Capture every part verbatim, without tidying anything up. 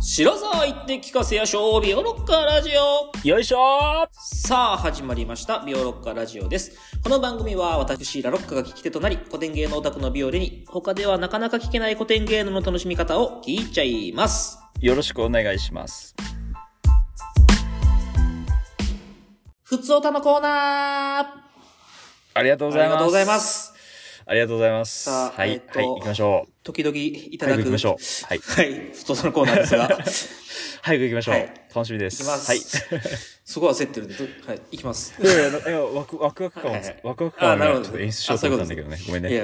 白沢行って聞かせやしょうビオロッカーラジオ。 よいしょー。 さあ始まりましたビオロッカーラジオです。この番組は私ラロッカが聞き手となり、古典芸能オタクのビオレに他ではなかなか聞けない古典芸能の楽しみ方を聞いちゃいます。 よろしくお願いします。 ふつおたのコーナー。 ありがとうございます。 ありがとうございます。 ありがとうございます。 さあ、 はい、 えっと、 はい、行きましょう。 時々いただく。 早く行きましょう。はい。 はい、ふつおたのコーナーですが。 早く行きましょう。 はい、 楽しみです。 行きます。 はい。 すごい焦ってるんで、はい、行きます。 いやいや、いやワクワクワク感を、はいはい、ワクワク感を、ね、ちょっと演出しようと思ったんだけどね。ごめんね。 いや、うん、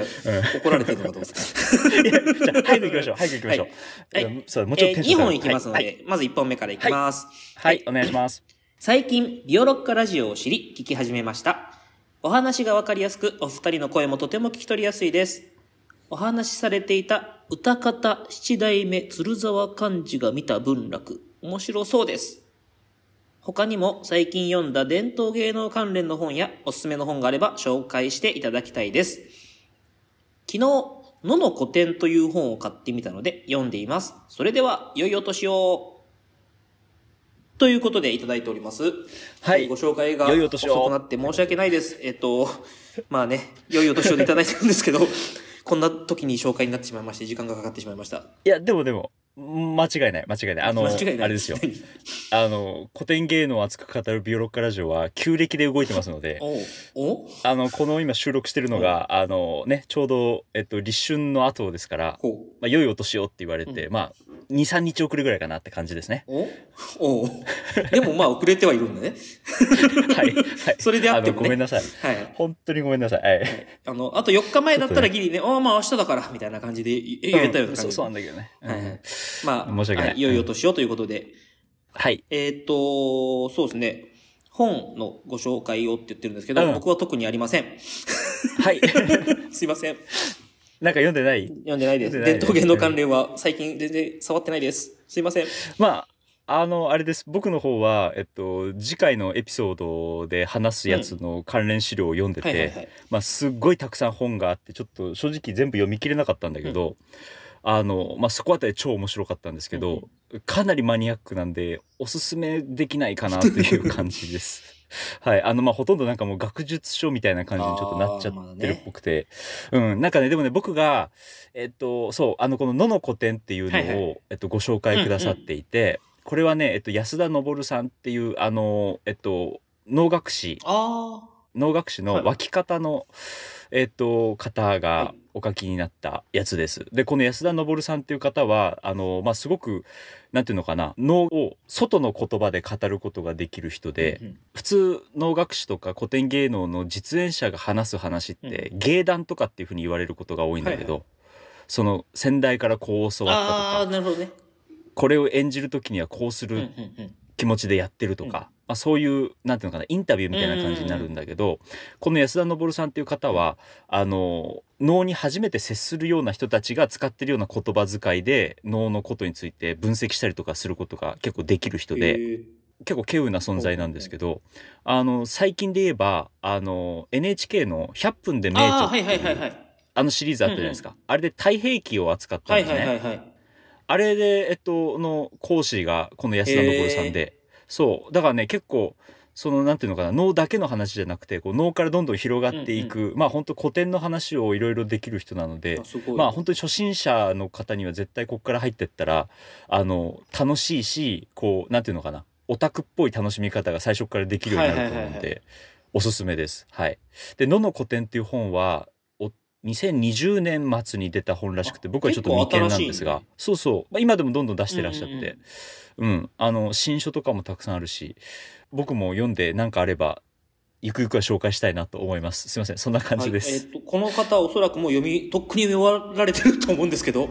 怒られてるのかと思ってた。 いや、じゃあ、早く行きましょう。早く行きましょう。はい。はい、そう、もうちょっとテンション、 えー、にほん行きますので、はい、まずいっぽんめから行きます。 はい、はい、お願いします。 最近、ビオロッカラジオを知り、聞き始めました。お話がわかりやすく、お二人の声もとても聞き取りやすいです。お話しされていた歌方七代目鶴沢寛治が見た文楽、面白そうです。他にも最近読んだ伝統芸能関連の本やおすすめの本があれば紹介していただきたいです。昨日、野の古典という本を買ってみたので読んでいます。それでは、良いお年を。ということでいただいております。はい。ご紹介が遅くなって申し訳ないです。えっと、まあね、良いお年をでいただいてるんですけど、こんな時に紹介になってしまいまして、時間がかかってしまいました。 いや、でもでも、間違いない、間違いない。あの、間違いないあれですよ。あの、古典芸能を熱く語るビオロッカラジオは、旧暦で動いてますので、 おおあの、この今収録してるのが、あのね、ちょうど、えっと、立春の後ですから、まあ、良いお年をって言われて、うん、まあ、に、さんにち遅れぐらいかなって感じですね。 おおでもまあ遅れてはいるんだね。 はい。はい。 それであってもね。 ごめんなさい。はい。本当にごめんなさい。はい。はい、 あの、あとよっかまえだったらギリね、ああ、まあ明日だから、みたいな感じで言えたような感じ、うん、 そう、そうなんだけどね。 はいはい。まあ、 申し訳ない。 はい、良いお年をということで。 はい。 えっと、そうですね。本のご紹介をって言ってるんですけど、うん、僕は特にありません。 はい。 すいません。 なんか読んでない読んでないです。伝統芸能関連は最近全然触ってないです。すいません。 まあ、あの、あれです。僕の方は、えっと、次回のエピソードで話すやつの関連資料を読んでて、まあ、すっごいたくさん本があって、ちょっと正直全部読み切れなかったんだけど、うん、あの、まあ、そこあたり超面白かったんですけど、うん、かなりマニアックなんで、おすすめできないかなっていう感じです。はい。あの、まあ、ほとんどなんかもう学術書みたいな感じにちょっとなっちゃってるっぽくて。ね、うん。なんかね、でもね、僕が、えっと、そう、あの、この野の古典っていうのを、はいはい、えっと、ご紹介くださっていて、うんうん、これはね、えっと、安田昇さんっていう、あの、えっと、能楽師、能楽師の脇方の、はい、えっと、方がお書きになったやつです。で、この安田昇さんっていう方は、あの、まあ、すごく、なんていうのかな、能を外の言葉で語ることができる人で、うんうん、普通能楽師とか古典芸能の実演者が話す話って、うん、芸談とかっていうふうに言われることが多いんだけど、はいはい、その先代からこう教わったとか、 あー、なるほどね、 これを演じる時にはこうする気持ちでやってるとか、うんうんうん、まあ、そういうなんていうのかな、インタビューみたいな感じになるんだけど、うんうんうん、この安田昇さんっていう方は、あの能に初めて接するような人たちが使ってるような言葉遣いで能のことについて分析したりとかすることが結構できる人で、結構稀有な存在なんですけど、あの最近で言えばあの エヌエイチケー のひゃっぷんで名著っていうあのシリーズあったじゃないですか、うんうん、あれで太平記を扱ったんですね、はいはいはいはい、あれでえっとの講師がこの安田昇さんで、そうだからね、結構そのなんていうのかな、能だけの話じゃなくて、こう能からどんどん広がっていく、うんうん、まあ本当古典の話をいろいろできる人なので、まあ本当に初心者の方には絶対ここから入ってったらあの楽しいし、こうなんていうのかな、オタクっぽい楽しみ方が最初からできるようになると思うので、はいはいはいはい、おすすめです。はい。で、野の古典っていう本はにせんにじゅうねん末に出た本らしくて、僕はちょっと未見なんですが、ね、そうそう、まあ、今でもどんどん出してらっしゃって、うん、うんうん、あの新書とかもたくさんあるし、僕も読んで何かあればゆくゆくは紹介したいなと思います。すいません、そんな感じです。 はい、えー、とこの方おそらくもう読みとっくに読み終わられてると思うんですけど、はい。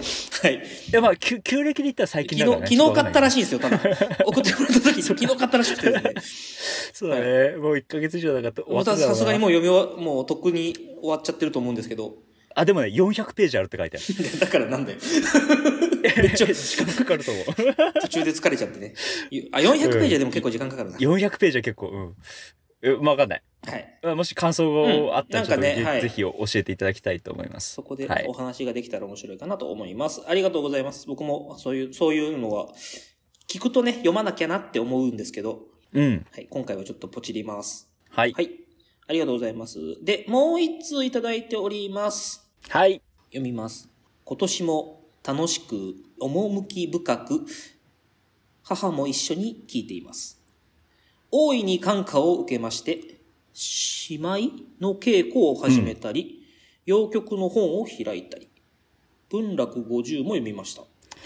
いや、まあ旧旧暦で言ったら最近だからね。 昨日昨日買ったらしいんですよ。ただ送ってもらった時に昨日買ったらしくて、ね、 そうだね、はい、もういっかげつ以上だから終わっただろうな。 さすがにもう読み終わもうとっくに終わっちゃってると思うんですけど。 あ、でもね、よんひゃくページあるって書いてある。 だからなんだよ。 めっちゃ時間かかると思う。 途中で疲れちゃってね。あ、よんひゃくページはでも結構時間かかるな。 うん、よんひゃくページは結構、うん。え、まあ、わかんない。はい。もし感想があったら、ちょっと、ね、はい、ぜひ教えていただきたいと思います。 そこでお話ができたら面白いかなと思います。はい、ありがとうございます。僕もそういう、そういうのは、 聞くとね、読まなきゃなって思うんですけど、 うん。 はい、今回はちょっとポチります。 はい。 はい。ありがとうございます。で、もう一通いただいております。 はい。 読みます。今年も楽しく、趣深く、母も一緒に聞いています。大いに感化を受けまして、姉妹の稽古を始めたり、うん、洋曲の本を開いたり、文楽ごじゅうも読みました。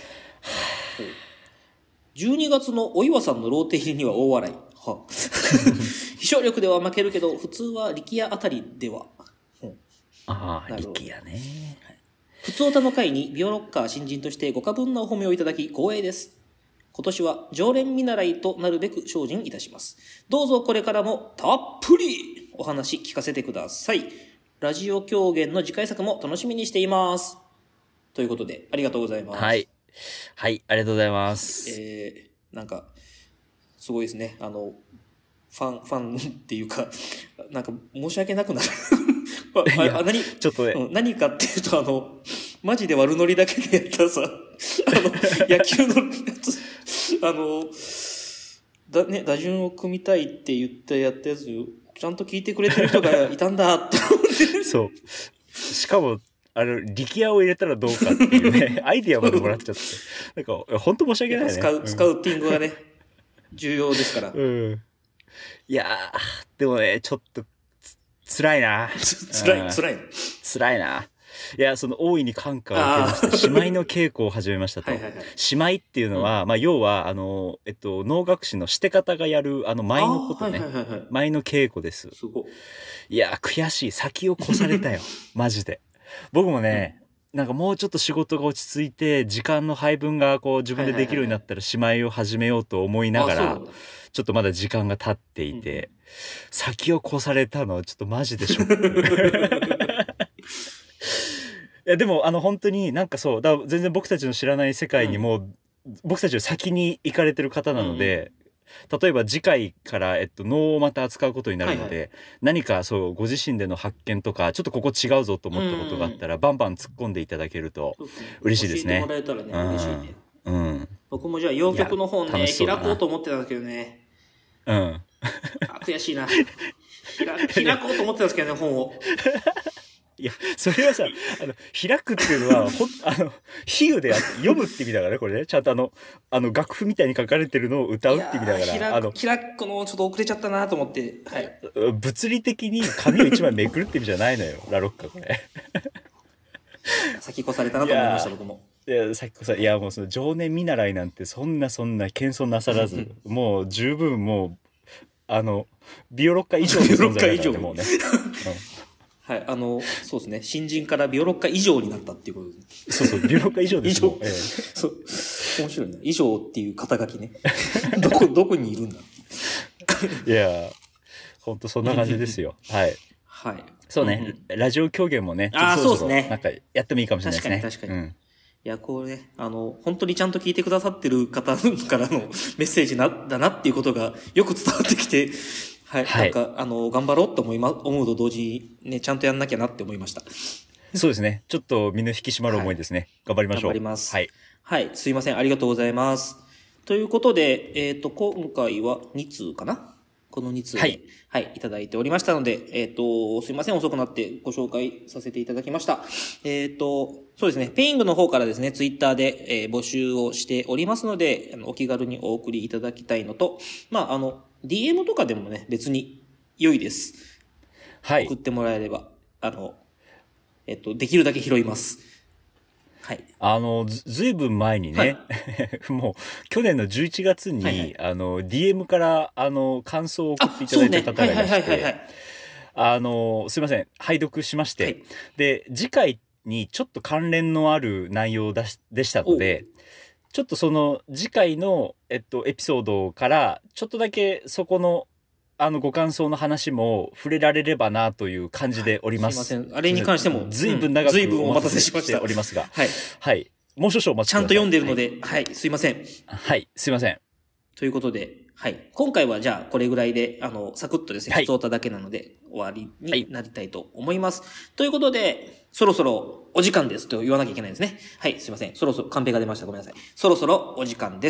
じゅうにがつのお岩さんのローテ入りには大笑い。は飛翔力では負けるけど、普通は力也あたりでは。うん、 ああ、力也ね。 はい、普通歌の会にビオロッカー新人としてご過分なお褒めをいただき光栄です。今年は常連見習いとなるべく精進いたします。どうぞこれからもたっぷりお話聞かせてください。ラジオ狂言の次回作も楽しみにしています。ということで、ありがとうございます。 はい。はい、ありがとうございます。 えー、なんか、すごいですね。あの、ファン、ファンっていうか、なんか申し訳なくなる。ああ何ちょっとね、 うん、何かっていうと、あの、マジで悪ノリだけでやったさ、あの、野球のやつ、あの、だね、打順を組みたいって言ってやったやつ、ちゃんと聞いてくれてる人がいたんだって思って。 そう。しかも、あの、力也を入れたらどうかっていうね、アイディアまでもらっちゃって。なんか、本当申し訳ないね。 スカウ、スカウティングがね、うん、重要ですから。 うん。いやー、でもね、ちょっと、つ、辛いな。 辛い、辛い。 辛いな。いや、その大いに感化を受けました。姉妹の稽古を始めましたと。はいはいはい、姉妹っていうのは、うん、まあ、要は、あの、えっと、能楽師のして方がやる、あの、舞のことね。はいはいはい、舞の稽古です。 すごい。 いや、悔しい。先を越されたよ。マジで。僕もね、うん、なんかもうちょっと仕事が落ち着いて、時間の配分がこう自分でできるようになったら姉妹を始めようと思いながら、ちょっとまだ時間が経っていて、うん、先を越されたのはちょっとマジでショック。いやでもあの本当になんかそうだ全然僕たちの知らない世界にも、うん、僕たちより先に行かれてる方なので、うん、例えば次回から、えっと、能をまた扱うことになるので、はいはい、何かそうご自身での発見とかちょっとここ違うぞと思ったことがあったら、うん、バンバン突っ込んでいただけると嬉しいですね。 教えてもらえたらね、うん、嬉しいね。 うん、 僕もじゃあ洋曲の本ね開こうと思ってたんですけどね。 うん。 あ悔しいな。開開こうと思ってたんですけどね本を。 いや、それはさ、あの、開くっていうのは、ほん、あの、比喩であって、読むって意味だからね、これね。ちゃんとあの、あの、楽譜みたいに書かれてるのを歌うって意味だから。 あの、開くのちょっと遅れちゃったなと思って。はい。 物理的に紙を一枚めくるって意味じゃないのよ、ラロッカこれ。 先越されたなと思いました、僕も。 いや、先越さ、いや、もうその、常年見習いなんて、そんなそんな、謙遜なさらず、もう十分もう、あの、ビオロッカ以上の存在だからね、もうね。うんはい、あの、そうですね。新人からビオロッカ以上になったっていうことです。 そうそう、ビオロッカ以上です。 以上。ええ、そう。面白いね。以上っていう肩書きね。どこ、どこにいるんだいや、ほんとそんな感じですよ。はい。 はい。 そうね、うんうん、ラジオ狂言もね、 ああ、そうですね。 なんかやってもいいかもしれないですね。 確かに確かに。うん、いや、こうね、あの、本当にちゃんと聞いてくださってる方からのメッセージな、だなっていうことがよく伝わってきて、はい。はい、なんか、あの、頑張ろうと思いま、思うと同時にね、ちゃんとやんなきゃなって思いました。 そうですね。ちょっと身の引き締まる思いですね。はい、頑張りましょう。 頑張ります。 はい。 はい。すいません。ありがとうございます。ということで、えっと、今回はに通かなこのに通で、はい、はい、いただいておりましたので、えっと、すいません。遅くなってご紹介させていただきました。えっと、そうですね。ペイングの方からですね、ツイッターで、えー、募集をしておりますので、あのお気軽にお送りいただきたいのと、まあ、あの、ディーエム とかでもね、別に良いです。はい。送ってもらえれば、あの、えっと、できるだけ拾います。はい。 あの、ず、ずいぶん前にね、はい、もう、去年のじゅういちがつに、はいはい、あの、ディーエム から、あの、感想を送っていただいた方がいらして、あの、すいません、拝読しまして、はい、で、次回にちょっと関連のある内容だしでしたので、ちょっとその次回の、えっと、エピソードから、ちょっとだけそこの、あのご感想の話も触れられればなという感じでおります。 すいません。あれに関してもずいぶん長くお待たせしました。 おりますが、 はいはい。もう少々お待ちください。 ちゃんと読んでるので、はい、はい、すいません。 はい、すいません。 ということで、はい、今回はじゃあこれぐらいであのサクッとですね、普通歌だけなので終わりになりたいと思います。はい、ということで、そろそろお時間ですと言わなきゃいけないですね。はい、すいません。そろそろカンペが出ました。ごめんなさい。そろそろお時間です。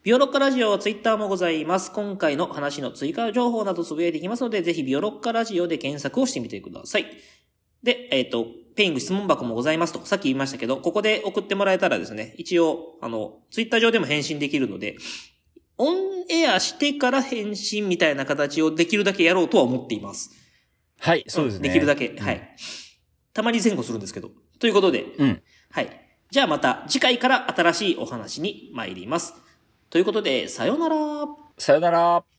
ビオロッカラジオはツイッターもございます。今回の話の追加情報などつぶやいていきますので、ぜひビオロッカラジオで検索をしてみてください。で、えっと、ペイング質問箱もございますと、さっき言いましたけど、ここで送ってもらえたらですね、一応、あの、ツイッター上でも返信できるので、オンエアしてから返信みたいな形をできるだけやろうとは思っています。 はい、そうですね。 できるだけ、うん、はい。たまに前後するんですけど。ということで、 うん。 はい。じゃあまた次回から新しいお話に参ります。ということで、さようなら。 さようなら。